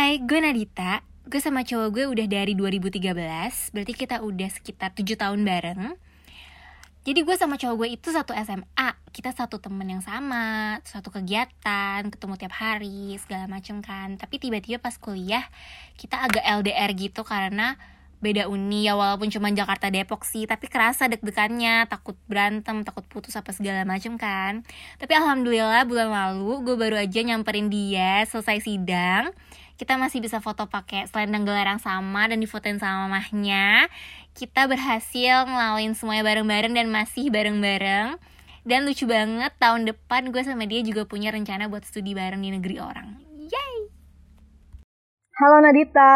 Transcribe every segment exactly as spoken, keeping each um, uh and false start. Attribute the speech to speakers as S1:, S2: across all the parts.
S1: Hai, gue Nadita. Gue sama cowok gue udah dari dua ribu tiga belas, berarti kita udah sekitar tujuh tahun bareng. Jadi gue sama cowok gue itu satu S M A, kita satu temen yang sama, satu kegiatan, ketemu tiap hari, segala macem kan. Tapi tiba-tiba pas kuliah, kita agak L D R gitu karena beda uni ya, walaupun cuma Jakarta Depok sih, tapi kerasa deg-degannya, takut berantem, takut putus apa segala macem kan. Tapi alhamdulillah bulan lalu gue baru aja nyamperin dia selesai sidang. Kita masih bisa foto pakai selendang gelar yang sama dan difotoin sama mamahnya. Kita berhasil ngelaluin semuanya bareng-bareng dan masih bareng-bareng. Dan lucu banget, tahun depan gue sama dia juga punya rencana buat studi bareng di negeri orang. Yay!
S2: Halo Nadita.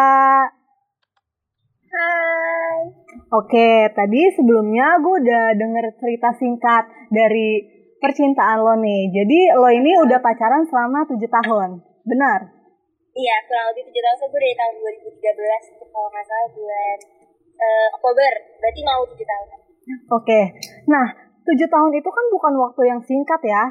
S3: Hai.
S2: Oke, tadi sebelumnya gue udah denger cerita singkat dari percintaan lo nih. Jadi lo ini udah pacaran selama tujuh tahun, benar?
S3: Iya, kurang lebih tujuh tahun. So, gue dari tahun dua ribu tiga belas, kalau nggak salah bulan uh, Oktober. Berarti mau tujuh tahun.
S2: Oke, nah tujuh tahun itu kan bukan waktu yang singkat ya.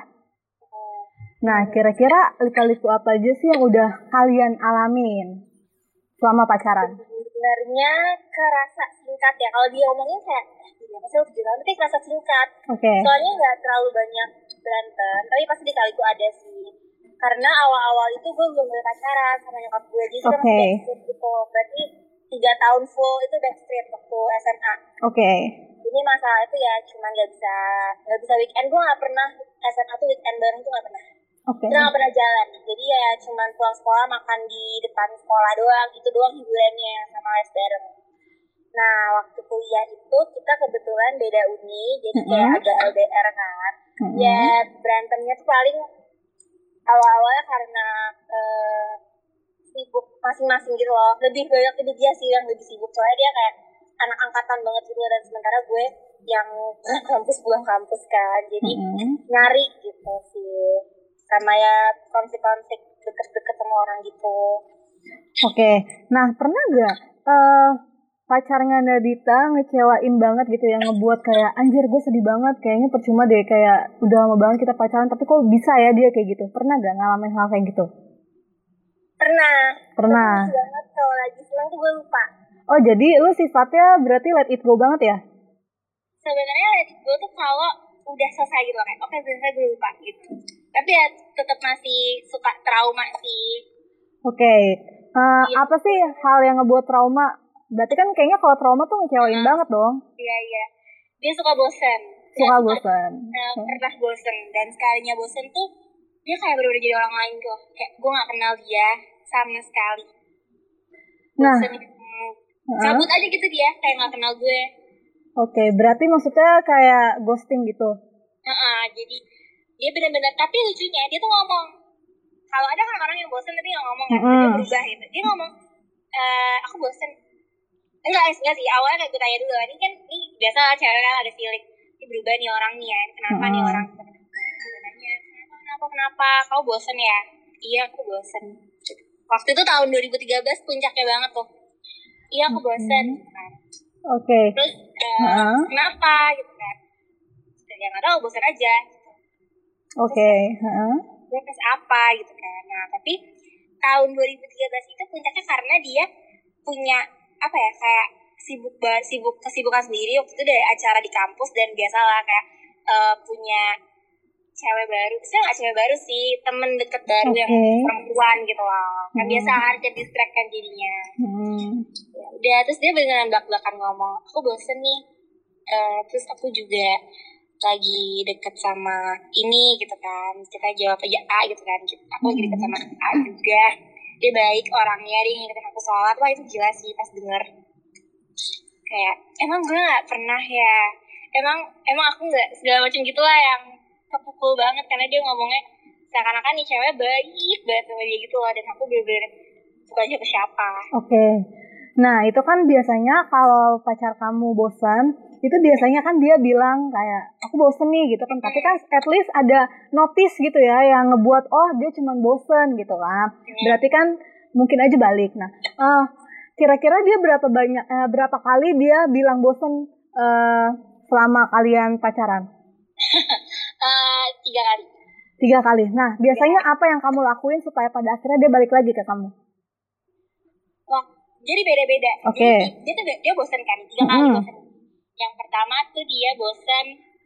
S2: Nah, kira-kira lika-liku apa aja sih yang udah kalian alamin selama pacaran?
S3: Sebenarnya kerasa singkat ya. Kalau dia omongin kayak, iya pasti tujuh tahun, tapi kerasa singkat.
S2: Oke. Okay.
S3: Soalnya nggak terlalu banyak berantem, tapi pasti di kaliku ada sih. Karena awal-awal itu gue belum boleh pacaran sama nyokap gue, jadi kita masih backstreet gitu. Berarti tiga tahun full itu backstreet waktu S M A.
S2: Oke. Okay.
S3: Ini masalah itu ya cuma nggak bisa nggak bisa weekend. Gue nggak pernah S M A tuh weekend bareng tuh nggak pernah.
S2: Oke. Okay.
S3: Kita nggak pernah jalan. Jadi ya cuma pulang sekolah makan di depan sekolah doang. Itu doang hiburannya sama les bareng. Nah waktu kuliah itu kita kebetulan beda uni, jadi mm-hmm. kayak agak L D R kan. Mm-hmm. Ya berantemnya tuh paling awal-awalnya karena uh, sibuk masing-masing gitu loh. Lebih banyak lebih dia sih yang lebih sibuk, soalnya dia kayak anak angkatan banget gitu, dan sementara gue yang kampus pulang kampus kan, jadi mm-hmm. nyari gitu sih, sama ya konflik-konflik deket-deket sama orang gitu.
S2: Oke, okay. Nah pernah gak uh, pacarnya Nadita ngecewain banget gitu ya, ngebuat kayak anjir gue sedih banget, kayaknya percuma deh, kayak udah lama banget kita pacaran tapi kok bisa ya dia kayak gitu? Pernah gak ngalamin hal kayak gitu?
S3: Pernah.
S2: Pernah.
S3: Tapi banget kalau lagi senang tuh gue lupa.
S2: Oh jadi lu sifatnya berarti let it go banget ya?
S3: Sebenarnya let it go tuh kalau udah selesai gitu kan, oke selesai gue lupa gitu. Tapi ya tetap masih suka trauma sih.
S2: Oke. Okay. Uh, iya. Apa sih hal yang ngebuat trauma? Berarti kan kayaknya kalau trauma tuh ngecewain hmm. banget dong.
S3: Iya, iya. Dia suka bosen.
S2: Suka dia bosen.
S3: Uh, pernah bosen. Dan sekalinya bosen tuh, dia kayak bener-bener jadi orang lain tuh. Kayak gue gak kenal dia sama sekali. Bosen. Nah. Uh, cabut aja gitu dia, kayak gak kenal gue.
S2: Oke, okay, berarti maksudnya kayak ghosting gitu?
S3: Uh-uh, jadi dia bener-bener, tapi lucunya dia tuh ngomong. Kalau ada kan orang yang bosen tapi gak ngomong, mm-hmm. dia berubah gitu. Dia ngomong, e, aku bosen. Enggak, enggak sih, awalnya kayak gue tanya dulu, ini kan, ini biasa lah cewek kan ada feeling, ini berubah nih orang nih ya, kenapa hmm. nih orang, gue nanya, kenapa, kenapa, kenapa, kau bosen ya? Iya, aku bosen. Waktu itu tahun dua ribu tiga belas, puncaknya banget tuh. Iya, aku bosen.
S2: Oke. Okay.
S3: Terus, uh, uh-huh. kenapa, gitu kan. Ya nggak tahu, bosen aja. Gitu.
S2: Oke. Okay. Uh-huh.
S3: Gue kasih apa, gitu kan. Nah, tapi tahun dua ribu tiga belas itu puncaknya karena dia punya apa ya, kayak sibuk banget, sibuk kesibukan sendiri. Waktu itu ada acara di kampus dan biasalah kayak uh, punya cewek baru. Saya nggak cewek baru sih, temen deket baru okay. yang perempuan gitu loh. Kan hmm. biasa harga distract kan jadinya. Hmm. Ya udah, terus dia beneran belak-belakan ngomong, aku bosen nih. Uh, terus aku juga lagi deket sama ini gitu kan. Kita jawab aja A gitu kan. Aku lagi deket sama A juga. Dia baik orangnya, dia ngingetin aku sholat. Wah itu gila sih pas denger. Kayak emang gue gak pernah ya, Emang emang aku gak segala macam gitu lah yang kepukul banget. Karena dia ngomongnya seakan-akan nih cewek baik banget sama dia gitu loh. Dan aku bener-bener bukan siapa-siapa.
S2: Oke, okay. Nah itu kan biasanya kalau pacar kamu bosan, itu biasanya kan dia bilang kayak aku bosen nih gitu kan, tapi kan at least ada notice gitu ya yang ngebuat oh dia cuma bosen gitu kan, berarti kan mungkin aja balik. Nah uh, kira-kira dia berapa banyak uh, berapa kali dia bilang bosen uh, selama kalian pacaran?
S3: uh, tiga kali.
S2: Tiga kali. Nah biasanya apa yang kamu lakuin supaya pada akhirnya dia balik lagi ke kamu?
S3: Wah, jadi beda-beda.
S2: Oke. Okay.
S3: Jadi dia tuh dia bosan kan, tiga kali
S2: Mm-hmm.
S3: bosan. Yang pertama tuh dia bosan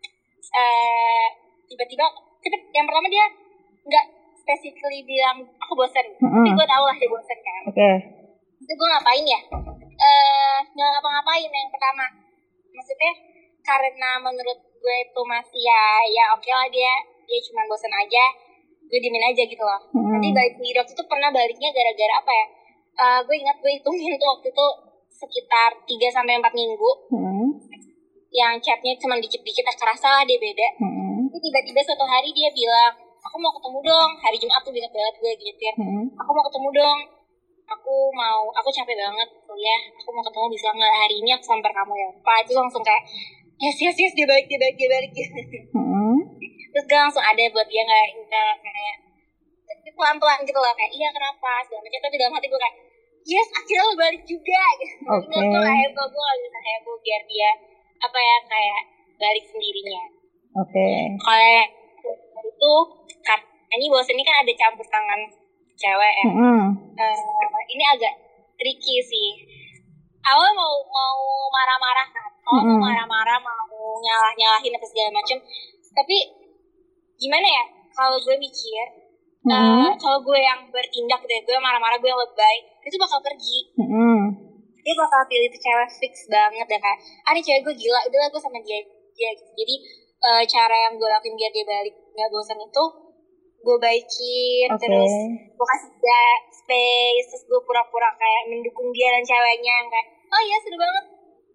S3: uh, tiba-tiba cepet. Yang pertama dia nggak specifically bilang aku bosan, mm-hmm. tapi gue tau lah dia bosan kan.
S2: Oke. Okay.
S3: Itu gue ngapain ya? Eh, nggak ngapa-ngapain yang pertama. Maksudnya karena menurut gue itu masih ya ya oke okay lah dia dia cuma bosan aja, gue diemin aja gitu loh. Mm-hmm. Nanti balik sendiri waktu itu pernah baliknya gara-gara apa ya? Uh, gue ingat gue hitungin tuh waktu itu sekitar tiga sampai empat minggu. Mm-hmm. Yang chatnya cuma dikit-dikit, kerasa lah dia beda. Mm-hmm. Tapi tiba-tiba suatu hari dia bilang, aku mau ketemu dong. Hari Jumat tuh ingat banget gue gitu ya. Mm-hmm. Aku mau ketemu dong. Aku mau, aku capek banget kuliah. Aku mau ketemu, bisa nggak hari ini aku samper kamu ya Pak. Itu langsung kayak yes yes yes dia balik dia balik dia balik. Mm-hmm. Terus gue langsung ada buat dia nggak nggak kayak pelan-pelan gitu loh kayak iya kenapa segala macam, tapi dalam hati gue kayak yes akhirnya lo balik juga gitu. Oke. Okay. Gue nggak heboh, gue nggak bisa heboh biar dia apa ya kayak balik sendirinya.
S2: Oke. Okay.
S3: Kalau itu karena ini bosan ini kan ada campur tangan cewek ya. Mm-hmm. Uh, ini agak tricky sih. Awal mau mau marah-marah kan, awal mm-hmm. mau marah-marah mau nyalah-nyalahin apa segala macam. Tapi gimana ya? Kalau gue mikir, mm-hmm. uh, kalau gue yang bertindak gitu ya, gue marah-marah, gue yang lebay, itu bakal pergi. Mm-hmm. Dia bakal pilih itu cewek fix banget ya kan. Ah ini cewek gue gila, udahlah gue sama dia dia gitu. Jadi uh, cara yang gue lakuin biar dia balik nggak bosan itu gue baikin, okay. Terus gue kasih dia space, terus gue pura-pura kayak mendukung dia dan ceweknya yang kayak oh iya seru banget.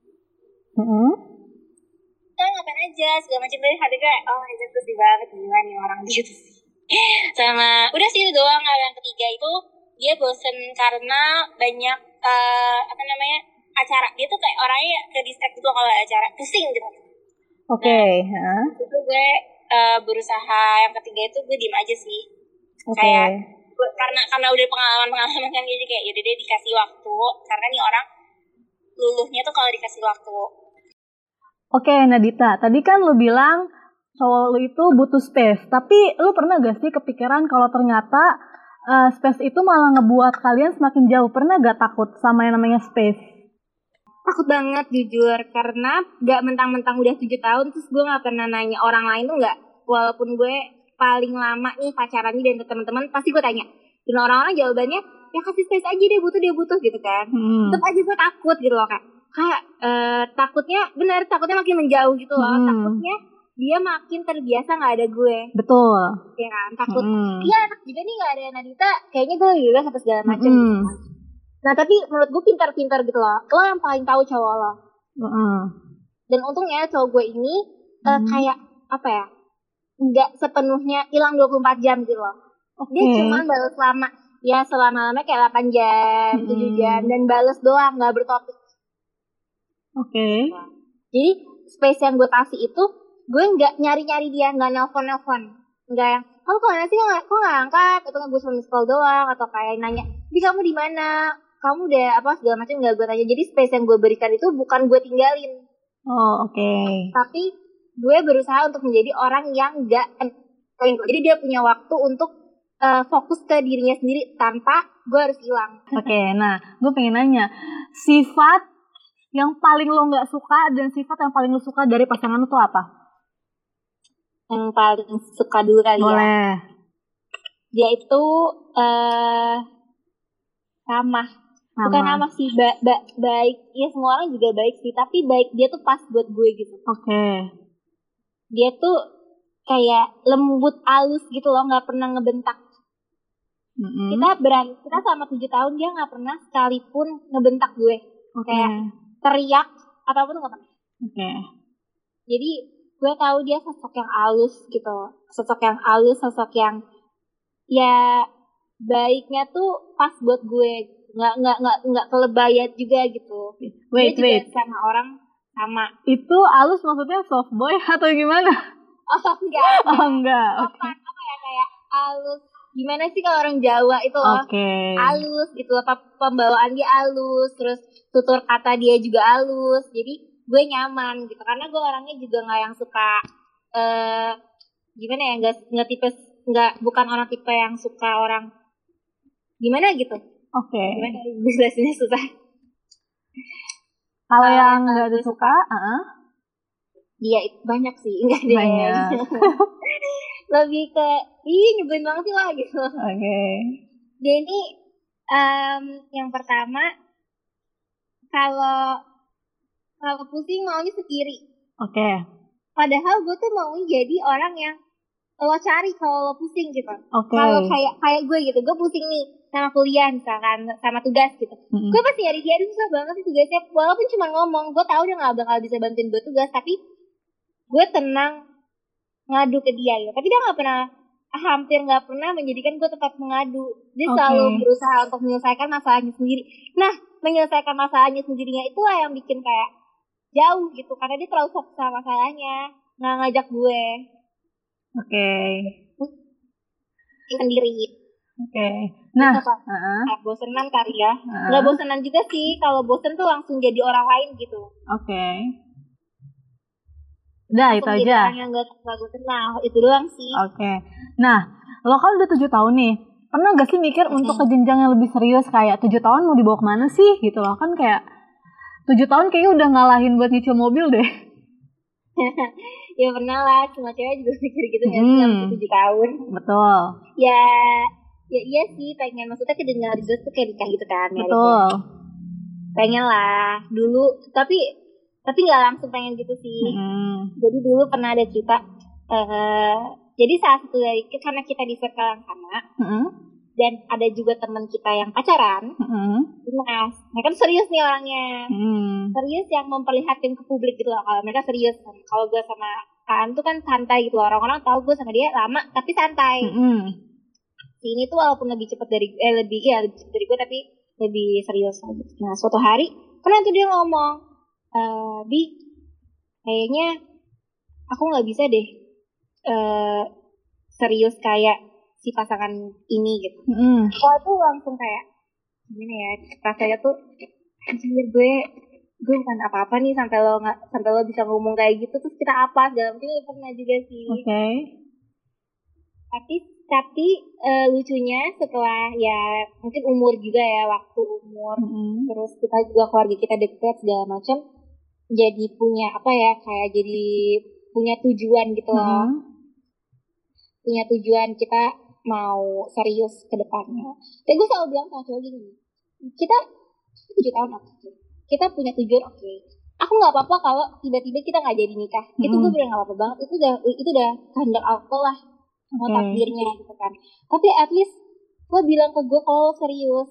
S3: Mm-hmm. Kita ngapain aja segala macam, dari hati kayak oh itu sedih banget gimana nih orang gitu sih. Sama udah sih itu doang. Yang ketiga itu dia bosen karena banyak uh, apa namanya acara. Dia tuh kayak orangnya ke distract gitu kalau ada acara, pusing gitu.
S2: Oke. Okay.
S3: Nah, huh? Itu gue uh, berusaha yang ketiga itu gue diem aja sih.
S2: Okay.
S3: Kayak gue, karena karena udah pengalaman-pengalaman kan jadi kayak yaudah deh dikasih waktu karena nih orang luluhnya tuh kalau dikasih waktu.
S2: Oke, okay, Nadita, tadi kan lu bilang cowok lu itu butuh space, tapi lu pernah gak sih kepikiran kalau ternyata uh, space itu malah ngebuat kalian semakin jauh? Pernah gak takut sama yang namanya space?
S3: Takut banget jujur, karena gak mentang-mentang udah tujuh tahun terus gue gak pernah nanya orang lain tuh gak. Walaupun gue paling lama nih pacarannya dan teman-teman pasti gue tanya. Dan orang-orang jawabannya ya kasih space aja, dia butuh dia butuh gitu kan. Hmm. Tetep aja gue takut gitu loh kayak. Kayak uh, takutnya benar takutnya makin menjauh gitu loh. Hmm. Takutnya dia makin terbiasa nggak ada gue.
S2: Betul.
S3: Ya kan, takut. Iya hmm. enak juga nih nggak ada Nadita. Kayaknya gue juga sampai segala macam. Hmm. Gitu. Nah tapi menurut gue pintar-pintar gitu loh. Lo yang paling tahu cowok lo. Hmm. Dan untungnya cowok gue ini hmm. uh, kayak apa ya? Nggak sepenuhnya hilang dua puluh empat jam gitu loh. Okay. Dia cuma balas lama. Ya selama-lamanya kayak delapan jam, hmm. tujuh jam dan balas doang, nggak bertopik.
S2: Oke. Okay.
S3: Nah, jadi space yang gue kasih itu gue nggak nyari-nyari dia, nggak nelfon-nelfon, nggak yang kamu kemana sih, kok nggak angkat, atau nggak gue cuma miss call doang, atau kayak nanya, di kamu di mana, kamu udah apa segala macam, nggak gue tanya. Jadi space yang gue berikan itu bukan gue tinggalin.
S2: Oh oke. Okay.
S3: Tapi gue berusaha untuk menjadi orang yang nggak, jadi dia punya waktu untuk uh, fokus ke dirinya sendiri tanpa gue harus hilang.
S2: Oke, okay, nah gue pengen nanya sifat yang paling lo nggak suka dan sifat yang paling lo suka dari pasangan lo tuh apa?
S3: Yang paling suka dulu kali
S2: Boleh.
S3: Ya. Dia itu uh, ramah. ramah. Bukan ramah sih, ba- ba- baik. Ya semua orang juga baik sih, tapi baik dia tuh pas buat gue gitu.
S2: Oke. Okay.
S3: Dia tuh kayak lembut halus gitu loh, nggak pernah ngebentak. Mm-hmm. Kita berani, kita selama tujuh tahun dia nggak pernah sekalipun ngebentak gue.
S2: Okay.
S3: Kayak teriak ataupun nggak pernah.
S2: Oke. Okay.
S3: Jadi gue tahu dia sosok yang halus gitu, sosok yang halus, sosok yang ya baiknya tuh pas buat gue, nggak nggak nggak nggak kelebayat juga gitu.
S2: Wait
S3: dia
S2: wait.
S3: Juga sama orang sama.
S2: Itu halus maksudnya soft boy atau gimana?
S3: Oh enggak.
S2: Oh enggak.
S3: Oke. Okay. Apa ya kayak halus? Gimana sih kalau orang Jawa itu loh?
S2: Okay.
S3: Halus gitu, apa pembawaan dia halus, terus tutur kata dia juga halus. Jadi gue nyaman gitu karena gue orangnya juga nggak yang suka uh, gimana ya, nggak nggak tipe nggak bukan orang tipe yang suka orang gimana gitu.
S2: Oke.
S3: Gimana jelasinnya susah.
S2: Kalau
S3: Kalau
S2: yang
S3: yang
S2: nggak
S3: gue
S2: disuka, uh
S3: Dia itu banyak sih, enggak deh.
S2: banyak.
S3: Lebih ke ih nyebelin banget sih lah gitu.
S2: Oke.
S3: Dia ini em, yang pertama kalau kalau pusing maunya sendiri.
S2: Oke.
S3: Padahal gue tuh mau jadi orang yang lo cari kalau lo pusing gitu.
S2: Oke.
S3: Kalau kayak kayak gue gitu, gue pusing nih sama kuliah misalkan, sama tugas gitu.
S2: Mm-mm.
S3: Gue pasti nyari dia, aduh susah banget sih tugasnya. Walaupun cuma ngomong, gue tahu dia nggak bakal bisa bantuin gue tugas, tapi gue tenang ngadu ke dia gitu. Tapi dia nggak pernah, hampir nggak pernah menjadikan gue tempat mengadu. Dia
S2: Oke.
S3: selalu berusaha untuk menyelesaikan masalahnya sendiri. Nah, menyelesaikan masalahnya sendirinya itulah yang bikin kayak jauh gitu, karena dia terlalu fokus sama masalahnya, nggak ngajak gue
S2: Oke.
S3: sendiri.
S2: Oke. Nah,
S3: Apa?
S2: uh-uh.
S3: Kayak bosenan kali ya.
S2: Uh-uh.
S3: Nggak bosenan juga sih, kalau bosen tuh langsung jadi orang lain gitu.
S2: Oke. Udah itu
S3: Langsung jadi
S2: aja.
S3: orang yang nggak nggak gue kenal, itu doang sih.
S2: Oke. Nah, lo kan udah tujuh tahun nih. Pernah gak sih mikir untuk ke jenjang yang lebih serius, kayak tujuh tahun mau dibawa kemana sih gitu loh? Kan kayak tujuh tahun kayaknya udah ngalahin buat nyicil mobil deh.
S3: Ya pernah lah, semua cewek juga mikir gitu kan,
S2: Hmm.
S3: hmm. masih tujuh tahun.
S2: Betul.
S3: Ya, ya iya sih pengen, maksudnya kedengar jelas tuh kayak nikah gitu kan. ya,
S2: Betul.
S3: Pengen lah dulu, tapi tapi nggak langsung pengen gitu sih.
S2: Hmm.
S3: Jadi dulu pernah ada cerita, eh jadi salah satu dari, karena kita di circle yang sama,
S2: Hmm.
S3: dan ada juga teman kita yang pacaran,
S2: Hmm.
S3: nah mereka tuh serius nih orangnya,
S2: Hmm.
S3: serius yang memperlihatkan ke publik gitu loh, kalau mereka serius. Kalau gue sama Kaan tuh kan santai gitu loh, orang-orang tahu gue sama dia lama tapi santai.
S2: Hmm.
S3: Si ini tuh walaupun lebih cepat dari eh lebih ya lebih cepat dari gue, tapi lebih serius gitu. Nah suatu hari pernah tuh dia ngomong, eh Bi, kayaknya aku nggak bisa deh eh serius kayak si pasangan ini gitu.
S2: Hmm.
S3: Wah itu langsung kayak gimana ya, rasanya tuh anjir, gue gue bukan apa-apa nih sampai lo nggak sampai lo bisa ngomong kayak gitu, terus kita apa dalam itu pernah juga sih.
S2: Oke.
S3: Tapi tapi eh, lucunya setelah ya mungkin umur juga ya, waktu umur,
S2: Hmm.
S3: terus kita juga keluarga kita deket segala macam, jadi punya apa ya, kayak jadi punya tujuan gitu loh.
S2: Hmm.
S3: Punya tujuan kita mau serius ke depannya. Tapi gue selalu bilang sama cowok gini, kita tujuh tahun oke, kita punya tujuan oke. Aku nggak apa-apa kalau tiba-tiba kita nggak jadi nikah. Itu
S2: Hmm.
S3: gue bener nggak apa-apa banget. Itu udah itu udah kehendak Allah lah, mau
S2: Oke.
S3: takdirnya gitu kan. Tapi at least lo bilang ke gue kalau lo serius.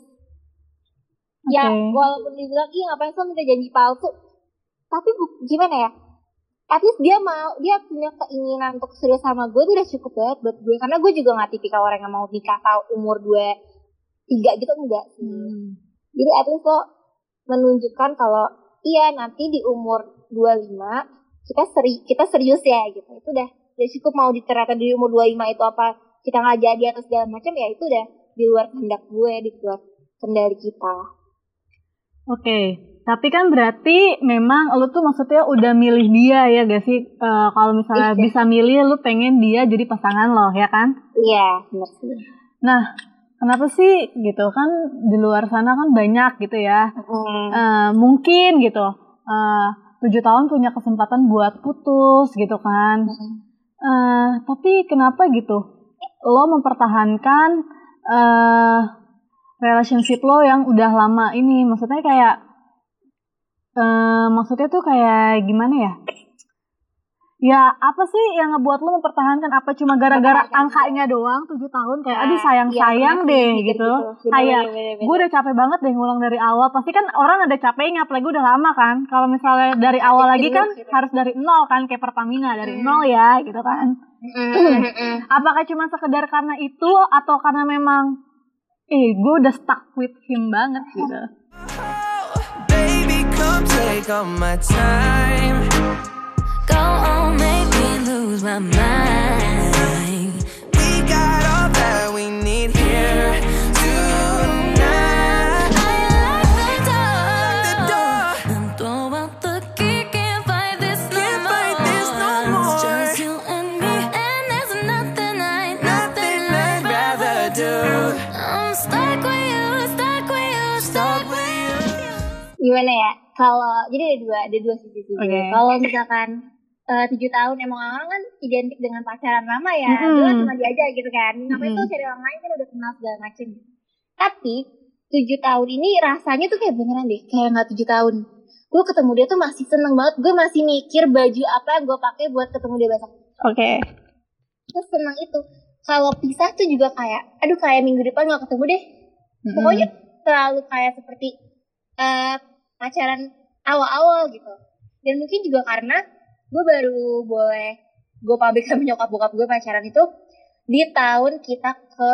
S3: Ya
S2: Oke.
S3: walaupun dia bilang iya ngapain sih lo minta janji palsu, tapi bu- gimana ya? At least dia mau, dia punya keinginan untuk serius sama gue, itu udah cukup banget buat gue. Karena gue juga gak tipikal orang yang mau nikah tahu umur dua tiga gitu, enggak sih.
S2: Hmm.
S3: Jadi at least lo menunjukkan kalau iya nanti di umur dua puluh lima kita seri kita serius ya gitu. Itu udah udah cukup. Mau di ternyata di umur dua puluh lima itu apa kita nggak jadi atau segala macam, ya itu udah di luar kehendak gue, di luar kendali kita.
S2: Oke, tapi kan berarti memang lu tuh maksudnya udah milih dia ya gak sih? Eh, kalau misalnya
S3: Iya.
S2: bisa milih, lu pengen dia jadi pasangan lo, ya kan?
S3: Iya benar sih.
S2: Nah, kenapa sih gitu kan di luar sana kan banyak gitu ya?
S3: Mm.
S2: Eh, mungkin gitu, eh, tujuh tahun punya kesempatan buat putus gitu kan? Eh, tapi kenapa gitu? Lo mempertahankan eh relationship lo yang udah lama ini, maksudnya kayak eh maksudnya tuh kayak gimana ya? Ya apa sih yang ngebuat lo mempertahankan? Apa cuma gara-gara
S3: Mempertahankan
S2: angkanya doang tujuh tahun kayak
S3: Nah,
S2: aduh sayang-sayang
S3: iya,
S2: deh
S3: bener sih,
S2: gitu.
S3: gitu.
S2: Kayak
S3: Bener-bener.
S2: gue udah capek banget deh ngulang dari awal. Pasti kan orang ada capeknya, apalagi udah lama kan. Kalau misalnya dari awal lagi kan
S3: gitu.
S2: harus dari nol kan, kayak Pertamina dari
S3: Hmm.
S2: nol ya gitu kan.
S3: Mm-mm.
S2: Apakah cuma sekedar karena itu atau karena memang eh gue udah stuck with him banget gitu.
S4: Baby, come take all my time.
S5: Go on, make me lose my mind.
S4: We got all that we need here tonight.
S5: I like the
S4: The door.
S5: door. And throw out the key, can't fight this no
S4: Can't
S5: more.
S4: fight this no more.
S5: It's just you and me, and there's nothing I,
S4: Nothing I'd rather do.
S5: I'm stuck with you, stuck with
S3: Gimana ya? Kalau jadi ada dua, ada dua sisi sih.
S2: Oke.
S3: Kalau misalkan eh, tujuh tahun emang orang kan identik dengan pacaran lama ya,
S2: Mm-mm.
S3: itu kan cuma dia aja gitu kan. Ngapain
S2: Mm-mm.
S3: tuh cari orang lain kan udah kenal segala macem. Tapi tujuh tahun ini rasanya tuh kayak beneran deh, kayak nggak tujuh tahun. Gue ketemu dia tuh masih seneng banget. Gue masih mikir baju apa yang gue pakai buat ketemu dia besok.
S2: Oke.
S3: Terus seneng itu. Kalau pisah tuh juga kayak, aduh kayak minggu depan nggak ketemu deh.
S2: Mm-mm.
S3: Pokoknya terlalu kayak seperti eh, pacaran awal-awal gitu. Dan mungkin juga karena gue baru boleh gue pabrik sama nyokap bokap gue pacaran itu di tahun kita ke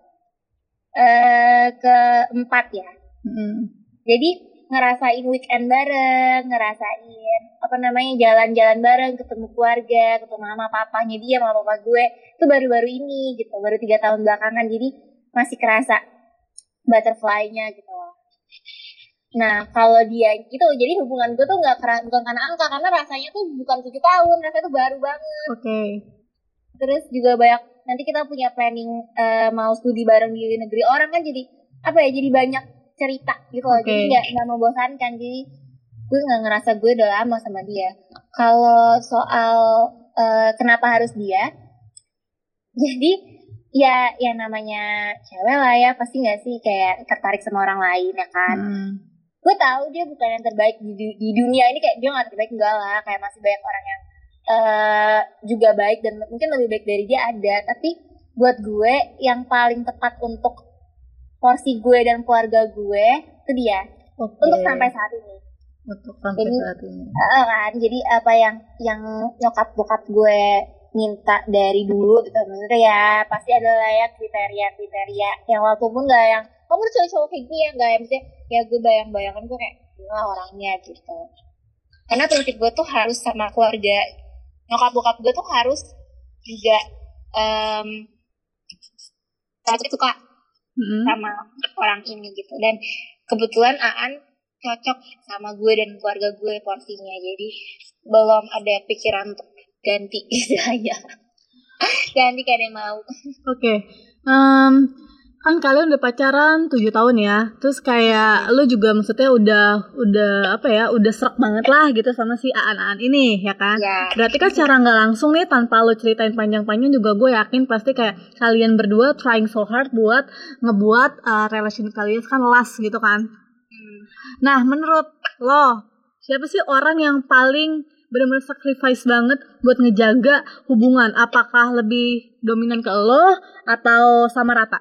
S3: eh, keempat ya.
S2: Mm-mm.
S3: Jadi ngerasain weekend bareng, ngerasain apa namanya jalan-jalan bareng, ketemu keluarga, ketemu mama papanya dia, mama papa gue itu baru-baru ini gitu, baru tiga tahun belakangan. Jadi masih kerasa butterfly-nya gitu loh. Nah kalau dia itu jadi hubungan gue tuh nggak kera- bukan karena angka, karena rasanya tuh bukan tujuh tahun, rasanya tuh baru banget.
S2: Oke.
S3: Terus juga banyak nanti kita punya planning eh, mau studi bareng di negeri orang kan, jadi apa ya, jadi banyak cerita gitu loh.
S2: Oke.
S3: Jadi nggak nggak membosankan. Jadi gue nggak ngerasa gue udah lama sama dia. Kalau soal eh, kenapa harus dia, jadi ya ya namanya cewek lah ya, pasti nggak sih kayak tertarik sama orang lain ya kan.
S2: Mm.
S3: Gue tahu dia bukan yang terbaik di, du- di dunia ini, kayak dia nggak terbaik, enggak lah, kayak masih banyak orang yang eh juga baik dan mungkin lebih baik dari dia ada. Tapi buat gue yang paling tepat untuk porsi gue dan keluarga gue itu dia.
S2: Oke.
S3: Untuk sampai saat ini.
S2: Untuk sampai
S3: Jadi-
S2: saat ini.
S3: Eh, kan jadi apa yang yang nyokap bokap gue minta dari dulu gitu, maksudnya ya pasti ada lah ya kriteria-kriteria yang walaupun nggak yang kamu tuh cowok-cowok kayak gini ya, nggak yang maksudnya ya gue bayang-bayangan gue kayak inilah orangnya gitu. Karena prinsip gue tuh harus sama keluarga nyokap bokap gue tuh harus juga um, suka
S2: Mm-mm.
S3: sama orang ini gitu. Dan kebetulan Aan cocok sama gue dan keluarga gue porsinya, jadi belum ada pikiran untuk ganti istilahnya. Ganti kayak ada yang mau.
S2: Oke. Em, kan kalian udah pacaran tujuh tahun ya. Terus kayak lu juga maksudnya udah udah apa ya? Udah serak banget lah gitu sama si Aan-Aan ini ya kan?
S3: Ya.
S2: Berarti kan secara nggak langsung nih, tanpa lu ceritain panjang-panjang juga gue yakin pasti kayak kalian berdua trying so hard buat ngebuat uh, relation kalian kan last gitu kan.
S3: Hmm.
S2: Nah, menurut lo siapa sih orang yang paling benar-benar sacrifice banget buat ngejaga hubungan? Apakah lebih dominan ke lo atau sama rata?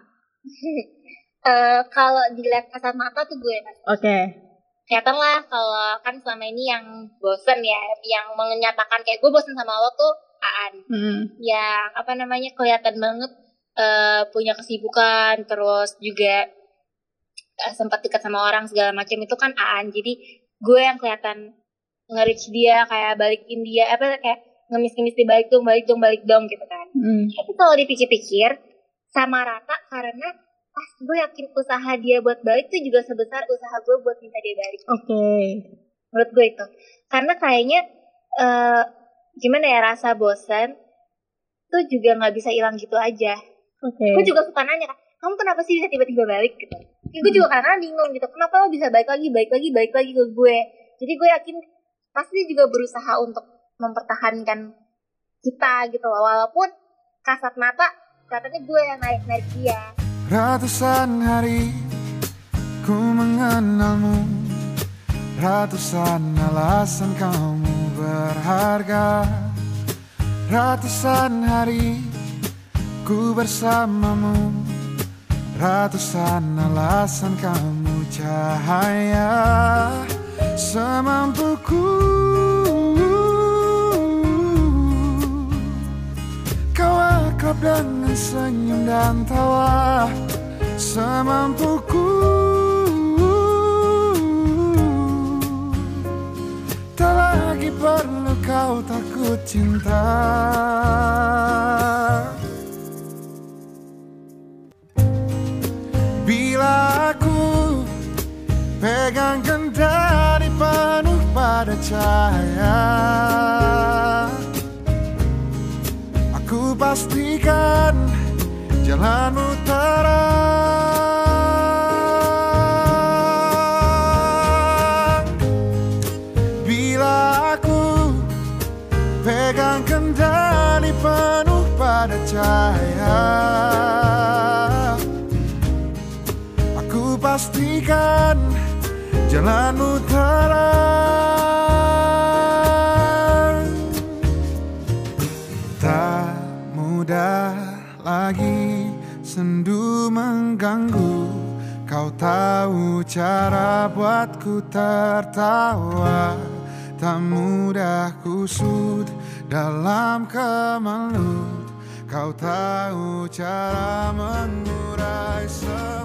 S3: Eh, kalau dilihat kasat mata tuh gue
S2: Oke.
S3: kelihatan lah kalau kan selama ini yang bosen ya, yang menyatakan kayak gue bosen sama lo tuh Aan.
S2: Hmm.
S3: Yang apa namanya kelihatan banget eh, punya kesibukan, terus juga eh, sempat dekat sama orang segala macam itu kan Aan. Jadi gue yang kelihatan nge-reach dia, kayak balikin dia, apa kayak ngemis-ngemis di balik dong, balik dong, balik dong gitu kan.
S2: Hmm.
S3: Tapi kalau dipikir-pikir sama rata, karena pas gue yakin usaha dia buat balik tuh juga sebesar usaha gue buat minta dia balik.
S2: Oke.
S3: Menurut gue itu, karena kayaknya eh, gimana ya, rasa bosan tuh juga nggak bisa hilang gitu aja.
S2: Oke.
S3: Gue juga suka nanya kan, kamu kenapa sih bisa tiba-tiba balik gitu. Ya, gue juga karena bingung gitu, kenapa lo bisa balik lagi, balik lagi, balik lagi ke gue. Jadi gue yakin pasti juga berusaha untuk mempertahankan kita gitu loh, walaupun kasat mata katanya gue yang narik-narik dia.
S6: Ratusan hari ku mengenalmu, ratusan alasan kamu berharga. Ratusan hari ku bersamamu, ratusan alasan kamu cahaya. Semampuku kau akrab dengan senyum dan tawa. Semampuku tak lagi perlu kau takut cinta. Bila aku pegang kendali penuh pada cahaya, aku pastikan jalanmu terang. pastikan jalanmu terang. Tak mudah lagi sendu mengganggu, kau tahu cara buatku tertawa. Tak mudah kusut dalam kemelut, kau tahu cara mengurai semua.